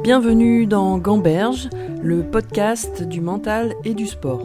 Bienvenue dans Gamberge, le podcast du mental et du sport.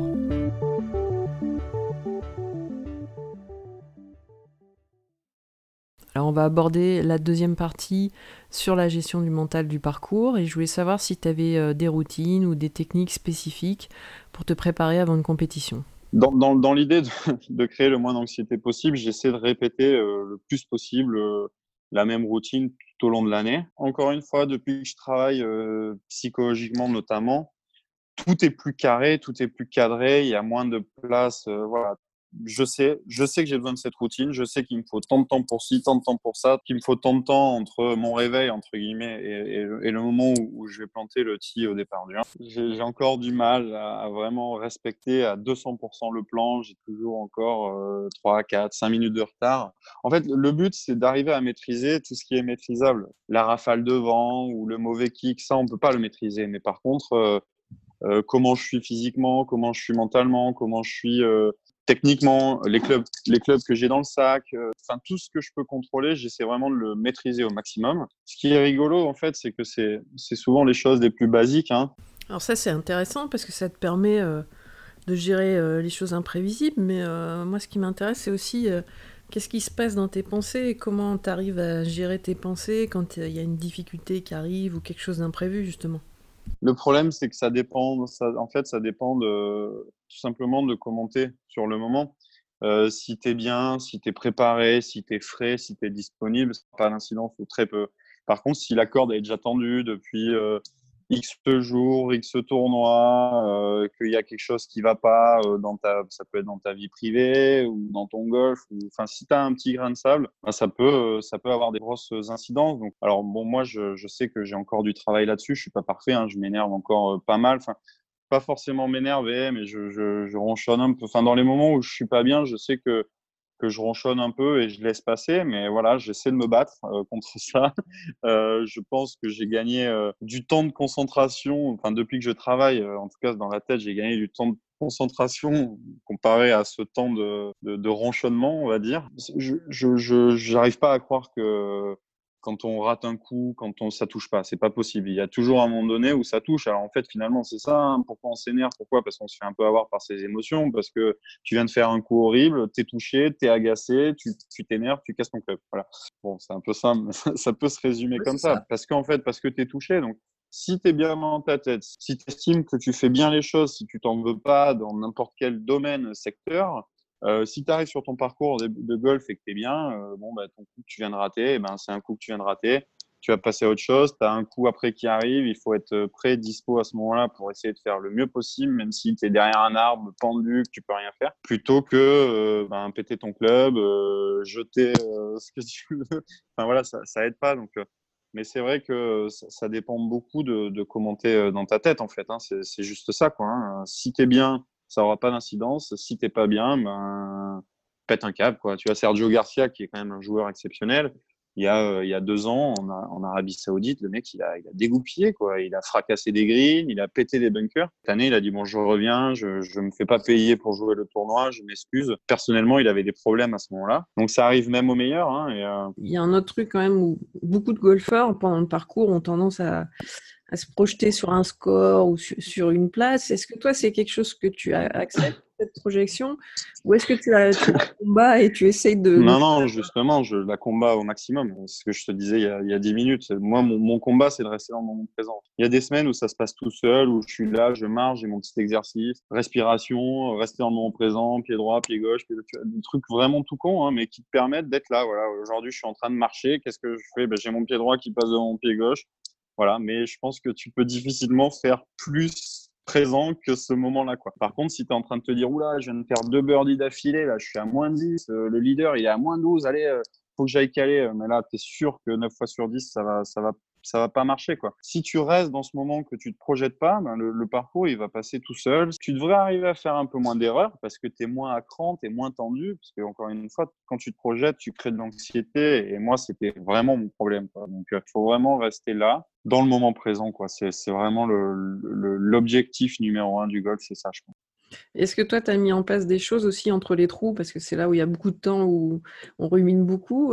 Alors on va aborder la deuxième partie sur la gestion du mental du parcours et je voulais savoir si tu avais des routines ou des techniques spécifiques pour te préparer avant une compétition. Dans l'idée de créer le moins d'anxiété possible, j'essaie de répéter le plus possible la même routine tout au long de l'année. Encore une fois, depuis que je travaille psychologiquement notamment, tout est plus carré, tout est plus cadré, il y a moins de place. Voilà. Je sais que j'ai besoin de cette routine, je sais qu'il me faut tant de temps pour ci, tant de temps pour ça, qu'il me faut tant de temps entre mon réveil, entre guillemets, et le moment où je vais planter le tee au départ du 1. J'ai encore du mal à vraiment respecter à 200% le plan, j'ai toujours encore 3, 4, 5 minutes de retard. En fait, le but, c'est d'arriver à maîtriser tout ce qui est maîtrisable. La rafale de vent ou le mauvais kick, ça, on peut pas le maîtriser. Mais par contre, comment je suis physiquement, comment je suis mentalement, comment je suis techniquement, les clubs que j'ai dans le sac, enfin tout ce que je peux contrôler, j'essaie vraiment de le maîtriser au maximum. Ce qui est rigolo en fait, c'est que c'est souvent les choses les plus basiques, hein. Alors ça c'est intéressant parce que ça te permet de gérer les choses imprévisibles, mais moi ce qui m'intéresse c'est aussi qu'est-ce qui se passe dans tes pensées et comment tu arrives à gérer tes pensées quand il y a une difficulté qui arrive ou quelque chose d'imprévu justement. Le problème, c'est que ça dépend, en fait, ça dépend tout simplement de comment t'es sur le moment. Si t'es bien, si t'es préparé, si t'es frais, si t'es disponible, pas d'incidence ou très peu. Par contre, si la corde est déjà tendue depuis X jours, X tournois, qu'il y a quelque chose qui va pas ça peut être dans ta vie privée ou dans ton golf, enfin, si t'as un petit grain de sable, ben, ça peut avoir des grosses incidences. Donc, alors bon, moi, je sais que j'ai encore du travail là-dessus. Je suis pas parfait, hein, je m'énerve encore pas mal. Enfin, pas forcément m'énerver, mais je ronchonne un peu. Enfin, dans les moments où je suis pas bien, je sais que je ronchonne un peu et je laisse passer, mais voilà, j'essaie de me battre contre ça. Je pense que j'ai gagné du temps de concentration, enfin depuis que je travaille, en tout cas dans la tête, j'ai gagné du temps de concentration comparé à ce temps de ronchonnement, on va dire. J'arrive pas à croire que quand on rate un coup, ça touche pas, c'est pas possible. Il y a toujours un moment donné où ça touche. Alors en fait, finalement, c'est ça, hein. Pourquoi on s'énerve? Pourquoi? Parce qu'on se fait un peu avoir par ses émotions, parce que tu viens de faire un coup horrible, t'es touché, t'es agacé, tu t'énerves, tu casses ton club. Voilà. Bon, c'est un peu simple, mais ça peut se résumer Oui, comme c'est ça. ça. Parce qu'en fait, parce que t'es touché, donc si t'es bien dans ta tête, si t'estimes que tu fais bien les choses, si tu t'en veux pas dans n'importe quel domaine, secteur, si tu arrives sur ton parcours de golf et que tu es bien, bon, bah, ton coup que tu viens de rater, eh ben, c'est un coup que tu viens de rater. Tu vas passer à autre chose. Tu as un coup après qui arrive. Il faut être prêt, dispo à ce moment-là pour essayer de faire le mieux possible, même si tu es derrière un arbre, pendu, que tu peux rien faire, plutôt que ben, péter ton club, jeter ce que tu veux. Enfin voilà, ça aide pas. Donc, mais c'est vrai que ça dépend beaucoup de comment tu es dans ta tête, en fait, hein. C'est juste ça, quoi, hein. Si tu es bien, ça aura pas d'incidence. Si t'es pas bien, ben, pète un câble, quoi. Tu vois, Sergio Garcia, qui est quand même un joueur exceptionnel, il y a 2 ans, en Arabie Saoudite, le mec, il a dégoupillé, quoi. Il a fracassé des greens, il a pété des bunkers. Cette année, il a dit, bon, je reviens, je me fais pas payer pour jouer le tournoi, je m'excuse. Personnellement, il avait des problèmes à ce moment-là. Donc, ça arrive même aux meilleurs, hein, Il y a un autre truc quand même où beaucoup de golfeurs pendant le parcours ont tendance à se projeter sur un score ou sur une place. Est-ce que toi, c'est quelque chose que tu acceptes, cette projection, ou est-ce que tu la combats et tu essayes de ne Non, non, justement, je la combat au maximum. C'est ce que je te disais il y a 10 minutes. Moi, mon combat, c'est de rester dans le moment présent. Il y a des semaines où ça se passe tout seul, où je suis là, je marche, j'ai mon petit exercice, respiration, rester dans le moment présent, pied droit, pied gauche, des trucs vraiment tout con, hein, mais qui te permettent d'être là. Voilà. Aujourd'hui, je suis en train de marcher. Qu'est-ce que je fais? Ben, j'ai mon pied droit qui passe devant mon pied gauche. Voilà. Mais je pense que tu peux difficilement faire plus présent que ce moment-là, quoi. Par contre, si tu es en train de te dire, oula, je viens de faire 2 birdies d'affilée, là, je suis à moins 10, le leader, il est à moins 12, allez, faut que j'aille caler. Mais là, tu es sûr que 9 fois sur 10, ça va pas marcher, quoi. Si tu restes dans ce moment que tu te projettes pas, ben, le parcours, il va passer tout seul. Tu devrais arriver à faire un peu moins d'erreurs parce que tu es moins à cran, tu es moins tendu. Parce que, encore une fois, quand tu te projettes, tu crées de l'anxiété. Et moi, c'était vraiment mon problème, quoi. Donc, il faut vraiment rester là, dans le moment présent, quoi. C'est vraiment l'objectif numéro 1 du golf, c'est ça, je pense. Est-ce que toi, tu as mis en place des choses aussi entre les trous? Parce que c'est là où il y a beaucoup de temps où on rumine beaucoup.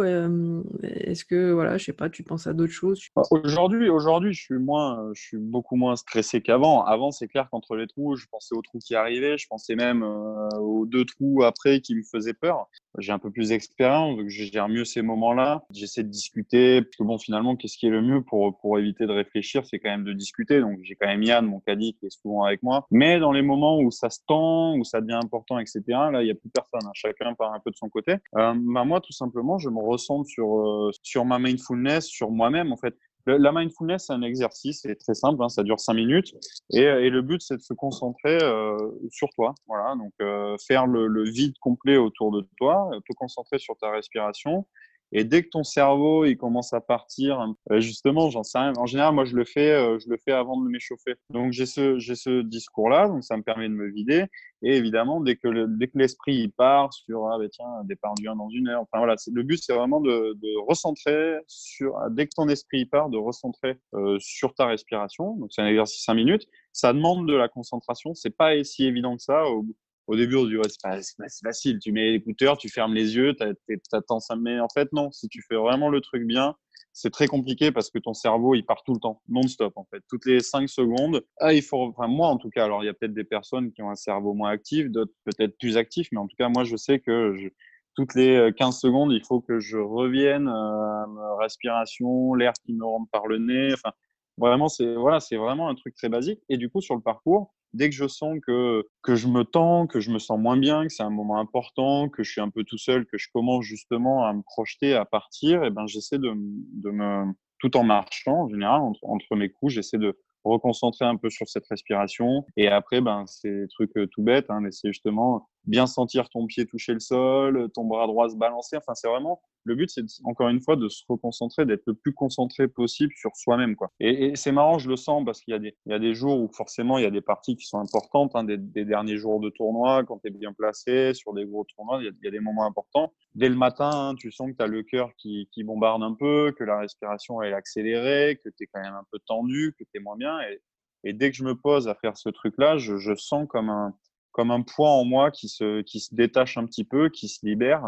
Est-ce que, voilà, je sais pas, tu penses à d'autres choses? Aujourd'hui, je suis beaucoup moins stressé qu'avant. Avant, c'est clair qu'entre les trous, je pensais aux trous qui arrivaient, je pensais même aux 2 trous après qui me faisaient peur. J'ai un peu plus d'expérience, donc je gère mieux ces moments-là. J'essaie de discuter, parce que bon, finalement, qu'est-ce qui est le mieux pour éviter de réfléchir, c'est quand même de discuter. Donc, j'ai quand même Yann, mon caddie, qui est souvent avec moi. Mais dans les moments où ça se tend, où ça devient important, etc., là, il n'y a plus personne, hein. Chacun part un peu de son côté. Bah, moi, tout simplement, je me ressens sur ma mindfulness, sur moi-même, en fait. La mindfulness, c'est un exercice, c'est très simple, hein, ça dure 5 minutes. Et le but, c'est de se concentrer sur toi. Voilà, donc faire le vide complet autour de toi, te concentrer sur ta respiration. Et dès que ton cerveau il commence à partir, justement, j'en sais rien. En général, moi, je le fais avant de m'échauffer. Donc, j'ai ce discours-là, donc ça me permet de me vider. Et évidemment, dès que l'esprit il part sur ah ben tiens, départ du 1 dans 1 heure. Enfin voilà, le but c'est vraiment de recentrer sur dès que ton esprit il part, de recentrer sur ta respiration. Donc c'est un exercice 5 minutes. Ça demande de la concentration. C'est pas si évident que ça. Au début, on dit ouais, c'est facile. Tu mets l'écouteur, tu fermes les yeux, t'attends ça. Mais en fait non. Si tu fais vraiment le truc bien, c'est très compliqué parce que ton cerveau, il part tout le temps, non-stop, en fait. Toutes les 5 secondes. Ah, enfin, moi, en tout cas, alors, il y a peut-être des personnes qui ont un cerveau moins actif, d'autres peut-être plus actifs, mais en tout cas, moi, je sais que toutes les 15 secondes, il faut que je revienne à ma respiration, l'air qui me rentre par le nez. Enfin, vraiment, voilà, c'est vraiment un truc très basique. Et du coup, sur le parcours, dès que je sens que je me tends, que je me sens moins bien, que c'est un moment important, que je suis un peu tout seul, que je commence justement à me projeter, à partir, et ben j'essaie de me, tout en marchant en général, entre mes coups, j'essaie de reconcentrer un peu sur cette respiration. Et après, ben, c'est des trucs tout bêtes, hein, mais c'est justement bien sentir ton pied toucher le sol, ton bras droit se balancer. Enfin, c'est vraiment le but, c'est encore une fois de se reconcentrer, d'être le plus concentré possible sur soi-même, quoi. Et c'est marrant, je le sens parce il y a des jours où forcément il y a des parties qui sont importantes, hein, des derniers jours de tournoi, quand tu es bien placé sur des gros tournois, il y a des moments importants. Dès le matin, hein, tu sens que tu as le cœur qui bombarde un peu, que la respiration est accélérée, que tu es quand même un peu tendu, que tu es moins bien. Et dès que je me pose à faire ce truc-là, je sens comme un poids en moi qui se détache un petit peu, qui se libère.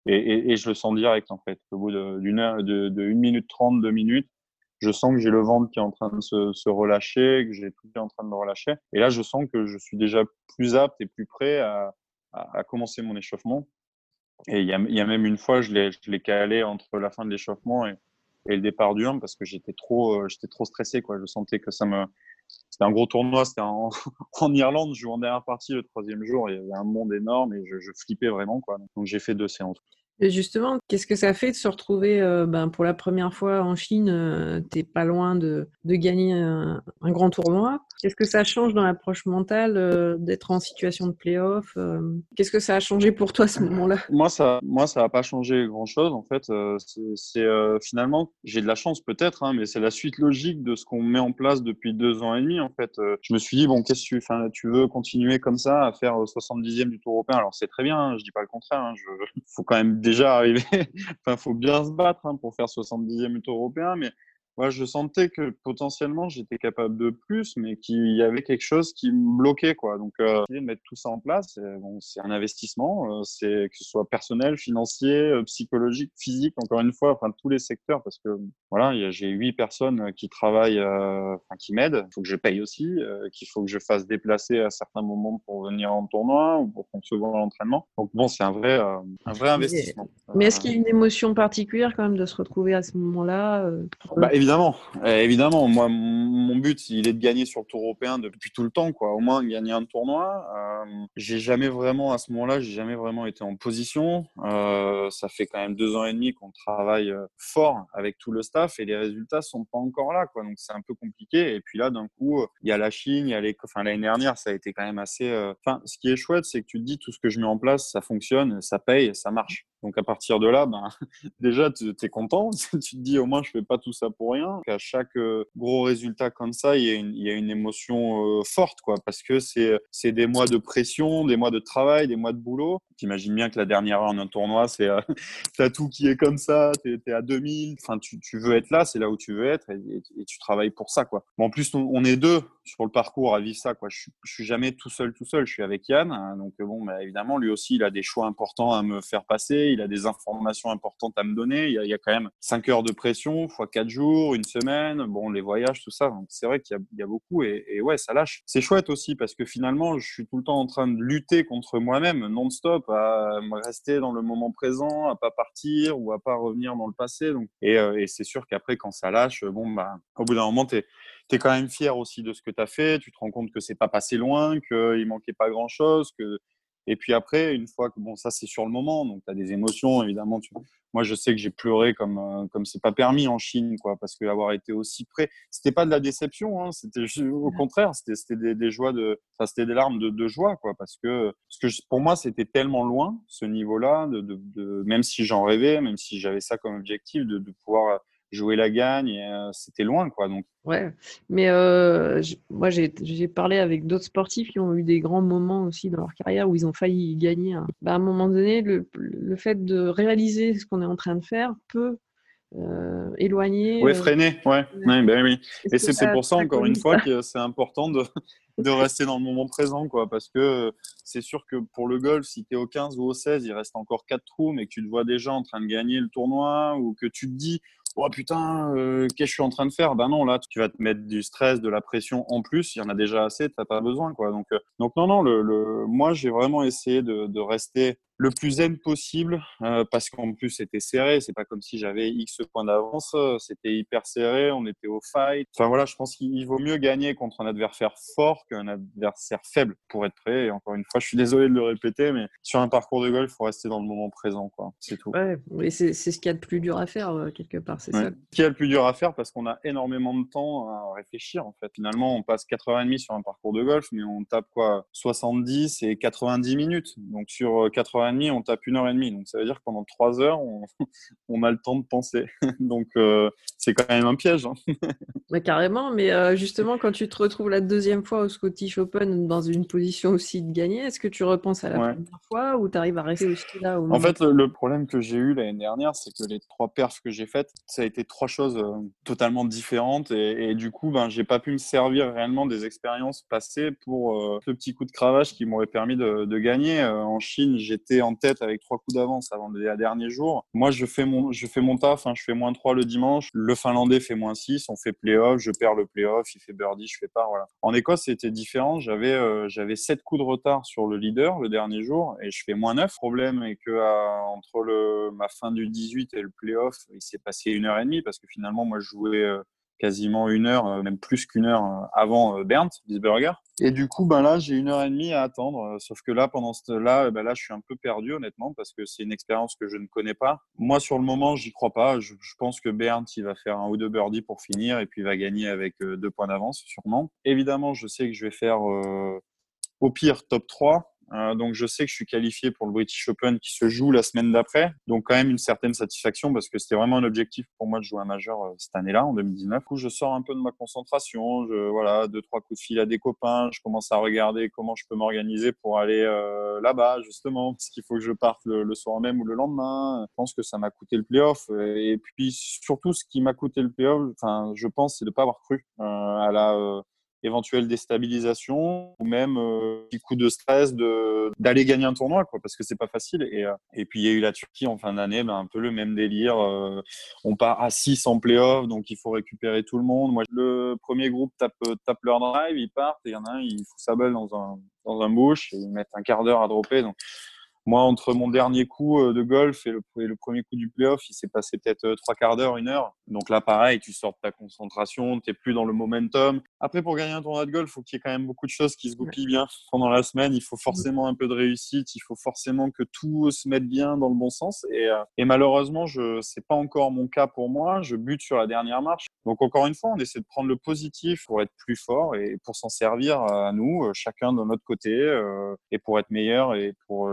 Et je le sens direct, en fait. Au bout d'une heure, de 1 minute 30, 2 minutes, je sens que j'ai le ventre qui est en train de se relâcher, que j'ai tout qui est en train de me relâcher. Et là, je sens que je suis déjà plus apte et plus prêt à commencer mon échauffement. Et il y a même une fois, je l'ai calé entre la fin de l'échauffement et le départ du 1 parce que j'étais trop stressé, quoi. Je sentais que c'était un gros tournoi, c'était en Irlande, je jouais en dernière partie le troisième jour, il y avait un monde énorme et je flippais vraiment, quoi. Donc j'ai fait 2 séances. Et justement, qu'est-ce que ça fait de se retrouver pour la première fois en Chine? T'es pas loin de gagner un grand tournoi. Qu'est-ce que ça change dans l'approche mentale d'être en situation de play-off? Qu'est-ce que ça a changé pour toi à ce moment-là? Moi, ça va pas changer grand-chose. En fait, finalement, j'ai de la chance peut-être, hein, mais c'est la suite logique de ce qu'on met en place depuis 2 ans et demi. En fait, je me suis dit bon, enfin, tu veux continuer comme ça à faire 70e du Tour européen. Alors c'est très bien, hein, je dis pas le contraire. Faut quand même déjà arriver. Enfin, faut bien se battre hein, pour faire 70e du Tour européen, mais moi, je sentais que potentiellement j'étais capable de plus, mais qu'il y avait quelque chose qui me bloquait, quoi. Donc, l'idée de mettre tout ça en place, bon, c'est un investissement, c'est que ce soit personnel, financier, psychologique, physique, encore une fois, enfin tous les secteurs, parce que voilà, j'ai 8 personnes qui travaillent, enfin qui m'aident. Il faut que je paye aussi, qu'il faut que je fasse déplacer à certains moments pour venir en tournoi ou pour concevoir l'entraînement. Donc bon, c'est un vrai Mais, investissement. mais est-ce qu'il y a une émotion particulière quand même de se retrouver à ce moment-là? Bah évidemment, évidemment. Moi, mon but, il est de gagner sur le Tour européen depuis tout le temps, quoi. Au moins gagner un tournoi. J'ai jamais vraiment, à ce moment-là, j'ai jamais vraiment été en position. Ça fait quand même 2 ans et demi qu'on travaille fort avec tout le staff et les résultats sont pas encore là, quoi. Donc c'est un peu compliqué. Et puis là, d'un coup, il y a la Chine, il y a enfin l'année dernière, ça a été quand même assez. Enfin, ce qui est chouette, c'est que tu te dis tout ce que je mets en place, ça fonctionne, ça paye, ça marche. Donc à partir de là, ben, déjà, tu es content. Tu te dis, au moins, je fais pas tout ça pour rien. À chaque gros résultat comme ça, il y a une émotion forte, quoi, parce que c'est des mois de pression, des mois de travail, des mois de boulot. T'imagines bien que la dernière heure en un tournoi, c'est t'as tout qui est comme ça, t'es à 2000. Enfin, tu veux être là, c'est là où tu veux être, et tu travailles pour ça, quoi. Bon, en plus, on est deux sur le parcours à vivre ça, quoi. Je suis jamais tout seul, tout seul. Je suis avec Yann, hein, donc bon, bah, évidemment, lui aussi, il a des choix importants à me faire passer, il a des informations importantes à me donner. Il y a quand même 5 heures de pression, fois 4 jours, une semaine, bon, les voyages, tout ça. Donc, c'est vrai il y a beaucoup, et ouais, ça lâche. C'est chouette aussi parce que finalement, je suis tout le temps en train de lutter contre moi-même, non-stop, à me rester dans le moment présent, à pas partir ou à pas revenir dans le passé. Donc, et c'est sûr qu'après, quand ça lâche, bon, bah, au bout d'un moment, t'es quand même fier aussi de ce que tu as fait. Tu te rends compte que c'est pas passé loin, qu'il manquait pas grand-chose. Et puis après, une fois que, bon, ça c'est sur le moment, donc tu as des émotions, évidemment. Moi, je sais que j'ai pleuré comme c'est pas permis en Chine, quoi, parce que avoir été aussi près, c'était pas de la déception, hein, c'était au contraire, c'était des joies enfin, c'était des larmes de joie, quoi, parce que pour moi, c'était tellement loin, ce niveau-là, même si j'en rêvais, même si j'avais ça comme objectif, de pouvoir jouer la gagne, et, c'était loin, quoi. Donc, Ouais, mais moi j'ai parlé avec d'autres sportifs qui ont eu des grands moments aussi dans leur carrière où ils ont failli gagner, hein. Bah, à un moment donné, le fait de réaliser ce qu'on est en train de faire peut éloigner. ouais, freiner, ouais, Ouais. ouais, ben oui. Est-ce Et que c'est pour ça, t'as encore une connu fois, ça? que c'est important de rester dans le moment présent, quoi, parce que c'est sûr que pour le golf, si tu es au 15 ou au 16, il reste encore 4 trous, mais que tu te vois déjà en train de gagner le tournoi, ou que tu te dis, oh putain, qu'est-ce que je suis en train de faire? Ben non, là, tu vas te mettre du stress, de la pression en plus, il y en a déjà assez, t'as pas besoin, quoi. Donc non, non, moi, j'ai vraiment essayé de rester le plus zen possible, parce qu'en plus c'était serré, c'est pas comme si j'avais X points d'avance, c'était hyper serré, on était au fight. Enfin voilà, je pense qu'il vaut mieux gagner contre un adversaire fort qu'un adversaire faible pour être prêt. Et encore une fois, je suis désolé de le répéter, mais sur un parcours de golf, il faut rester dans le moment présent, quoi. C'est tout. Ouais, et c'est ce qu'il y a de plus dur à faire quelque part, c'est Ouais. ça. Ce qui est le plus dur à faire parce qu'on a énormément de temps à réfléchir en fait. Finalement, on passe 4h30 sur un parcours de golf, mais on tape quoi 70 et 90 minutes. Donc sur 4h30, on tape 1h30. Donc ça veut dire que pendant 3 heures, on a le temps de penser. Donc c'est quand même un piège, hein. Ouais, carrément, mais justement, quand tu te retrouves la deuxième fois au Scottish Open dans une position aussi de gagner, est-ce que tu repenses à la Ouais. première fois ou tu arrives à rester aussi là au En moment? fait, le problème que j'ai eu l'année dernière, c'est que les 3 perfs que j'ai faites, ça a été 3 choses totalement différentes. Et du coup, ben, j'ai pas pu me servir réellement des expériences passées pour ce petit coup de cravache qui m'aurait permis de gagner. En Chine, j'étais en tête avec 3 coups d'avance avant le dernier jour. Moi, je fais mon taf, hein, je fais -3 le dimanche. Le Finlandais fait -6, on fait play-off, je perds le play-off, il fait birdie, je fais pas. Voilà. En Écosse, c'était différent. J'avais 7 coups de retard sur le leader le dernier jour et je fais -9. Le problème est que entre ma fin du 18 et le playoff, il s'est passé 1h30 parce que finalement, moi, je jouais quasiment 1 heure, même plus qu'1 heure avant Bernd Wiesberger. Et du coup, ben là, j'ai 1h30 à attendre. Sauf que là, pendant ce là, ben là, je suis un peu perdu, honnêtement, parce que c'est une expérience que je ne connais pas. Moi, sur le moment, j'y crois pas. Je pense que Bernd, il va faire un ou deux birdies pour finir et puis il va gagner avec 2 points d'avance, sûrement. Évidemment, je sais que je vais faire au pire top 3. Donc je sais que je suis qualifié pour le British Open qui se joue la semaine d'après. Donc quand même une certaine satisfaction parce que c'était vraiment un objectif pour moi de jouer un majeur cette année-là, en 2019. Du coup, je sors un peu de ma concentration. Voilà, 2, 3 coups de fil à des copains. Je commence à regarder comment je peux m'organiser pour aller là-bas, justement, parce qu'il faut que je parte le soir même ou le lendemain. Je pense que ça m'a coûté le playoff. Et puis surtout, ce qui m'a coûté le playoff, enfin, je pense, c'est de ne pas avoir cru à la éventuelle déstabilisation ou même petit coup de stress d'aller gagner un tournoi, quoi, parce que c'est pas facile. Et puis il y a eu la Turquie en fin d'année, ben, un peu le même délire. On part à 6 en playoff, donc il faut récupérer tout le monde. Moi, le premier groupe tape leur drive, ils partent et il y en a un, il fout sa balle dans un bush et ils mettent un quart d'heure à dropper. Donc moi, entre mon dernier coup de golf et le premier coup du playoff, il s'est passé peut-être 3 quarts d'heure, 1 heure. Donc là, pareil, tu sors de ta concentration, t'es plus dans le momentum. Après, pour gagner un tournoi de golf, il faut qu'il y ait quand même beaucoup de choses qui se Ouais. goupillent bien pendant la semaine. Il faut forcément un peu de réussite, il faut forcément que tout se mette bien dans le bon sens. Et malheureusement, c'est pas encore mon cas pour moi. Je bute sur la dernière marche. Donc encore une fois, on essaie de prendre le positif pour être plus fort et pour s'en servir à nous, chacun de notre côté, et pour être meilleur et pour, j'espère,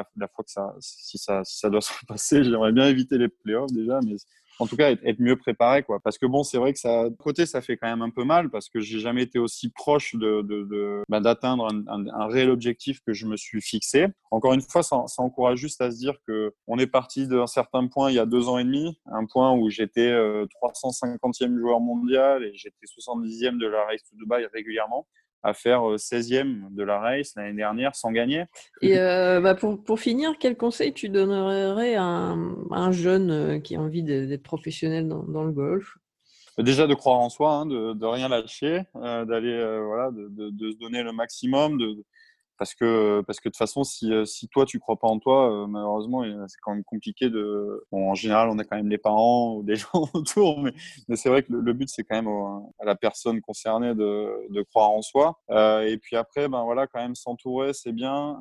la fois que si ça doit se passer. J'aimerais bien éviter les playoffs déjà, mais en tout cas être mieux préparé, quoi. Parce que bon, c'est vrai que ça fait quand même un peu mal parce que j'ai jamais été aussi proche d'atteindre un réel objectif que je me suis fixé. Encore une fois, ça encourage juste à se dire que on est parti d'un certain point il y a 2 ans et demi, un point où j'étais 350e joueur mondial et j'étais 70e de la Race to Dubai régulièrement, à faire 16e de la race l'année dernière sans gagner. Et pour finir, quel conseil tu donnerais à un jeune qui a envie d'être professionnel dans le golf? Déjà de croire en soi, hein, de rien lâcher, d'aller voilà, de se donner le maximum, parce que de toute façon, si toi tu crois pas en toi, malheureusement, c'est quand même compliqué de. Bon, en général, on a quand même les parents ou des gens autour, mais c'est vrai que le but c'est quand même à la personne concernée de croire en soi. Et puis après, ben voilà, quand même s'entourer, c'est bien.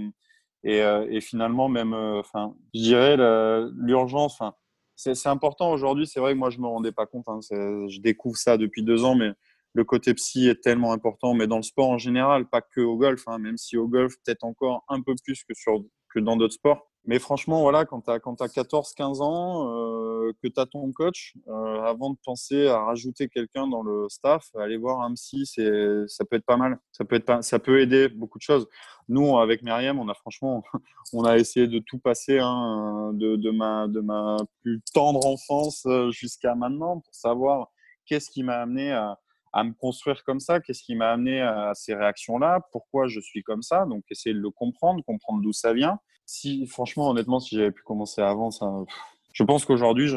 Et finalement, même, enfin, je dirais l'urgence. Enfin, c'est important aujourd'hui. C'est vrai que moi, je me rendais pas compte. Hein, je découvre ça depuis 2 ans, mais le côté psy est tellement important, mais dans le sport en général, pas que au golf, hein, même si au golf, peut-être encore un peu plus que dans d'autres sports. Mais franchement, voilà, quand tu as 14-15 ans, que tu as ton coach, avant de penser à rajouter quelqu'un dans le staff, aller voir un psy, ça peut être pas mal. Ça peut aider beaucoup de choses. Nous, avec Myriam, on a essayé de tout passer, hein, de ma plus tendre enfance jusqu'à maintenant, pour savoir qu'est-ce qui m'a amené à me construire comme ça, qu'est-ce qui m'a amené à ces réactions-là, pourquoi je suis comme ça, donc essayer de le comprendre d'où ça vient. Franchement, honnêtement, si j'avais pu commencer avant, je pense qu'aujourd'hui,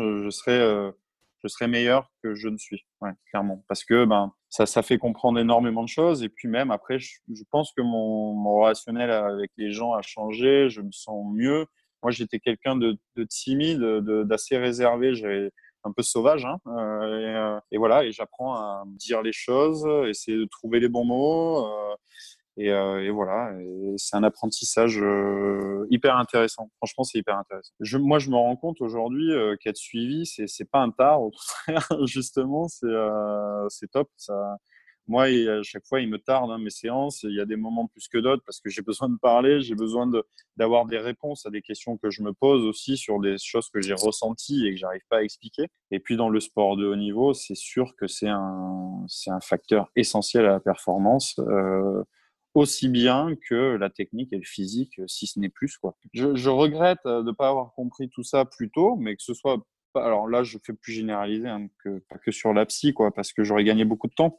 je serais meilleur que je ne suis, ouais, clairement, parce que ça fait comprendre énormément de choses, et puis même après, je pense que mon relationnel avec les gens a changé, je me sens mieux. Moi, j'étais quelqu'un de timide, d'assez réservé, j'avais un peu sauvage, hein, et voilà, et j'apprends à dire les choses, essayer de trouver les bons mots, et voilà, et c'est un apprentissage hyper intéressant. Franchement, c'est hyper intéressant. Moi, je me rends compte aujourd'hui qu'être suivi, c'est pas un tard, au contraire, justement, c'est top. Ça, moi, à chaque fois, il me tarde, hein, mes séances. Il y a des moments plus que d'autres parce que j'ai besoin de parler, j'ai besoin d'avoir des réponses à des questions que je me pose aussi sur des choses que j'ai ressenties et que j'arrive pas à expliquer. Et puis, dans le sport de haut niveau, c'est sûr que c'est un facteur essentiel à la performance. Aussi bien que la technique et le physique, si ce n'est plus, quoi. Je regrette de ne pas avoir compris tout ça plus tôt, mais que ce soit pas, alors là, je fais plus généraliser, hein, pas que sur la psy, quoi, parce que j'aurais gagné beaucoup de temps.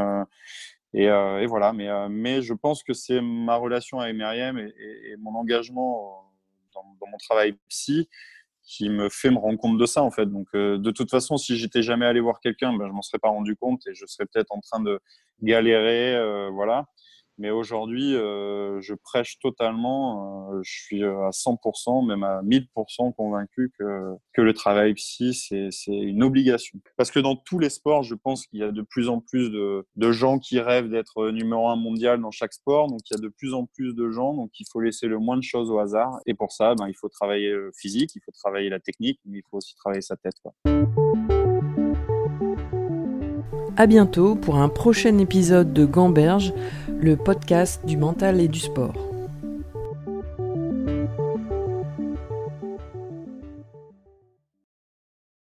Et voilà, mais je pense que c'est ma relation avec Myriam et mon engagement dans mon travail psy qui me fait me rendre compte de ça, en fait. Donc, de toute façon, si j'étais jamais allé voir quelqu'un, je m'en serais pas rendu compte et je serais peut-être en train de galérer, voilà. Mais aujourd'hui, je prêche totalement. Je suis à 100%, même à 1000% convaincu que le travail psy, c'est une obligation. Parce que dans tous les sports, je pense qu'il y a de plus en plus de gens qui rêvent d'être numéro 1 mondial dans chaque sport. Donc, il y a de plus en plus de gens. Donc, il faut laisser le moins de choses au hasard. Et pour ça, il faut travailler le physique, il faut travailler la technique, mais il faut aussi travailler sa tête, quoi. À bientôt pour un prochain épisode de Gamberge, le podcast du mental et du sport.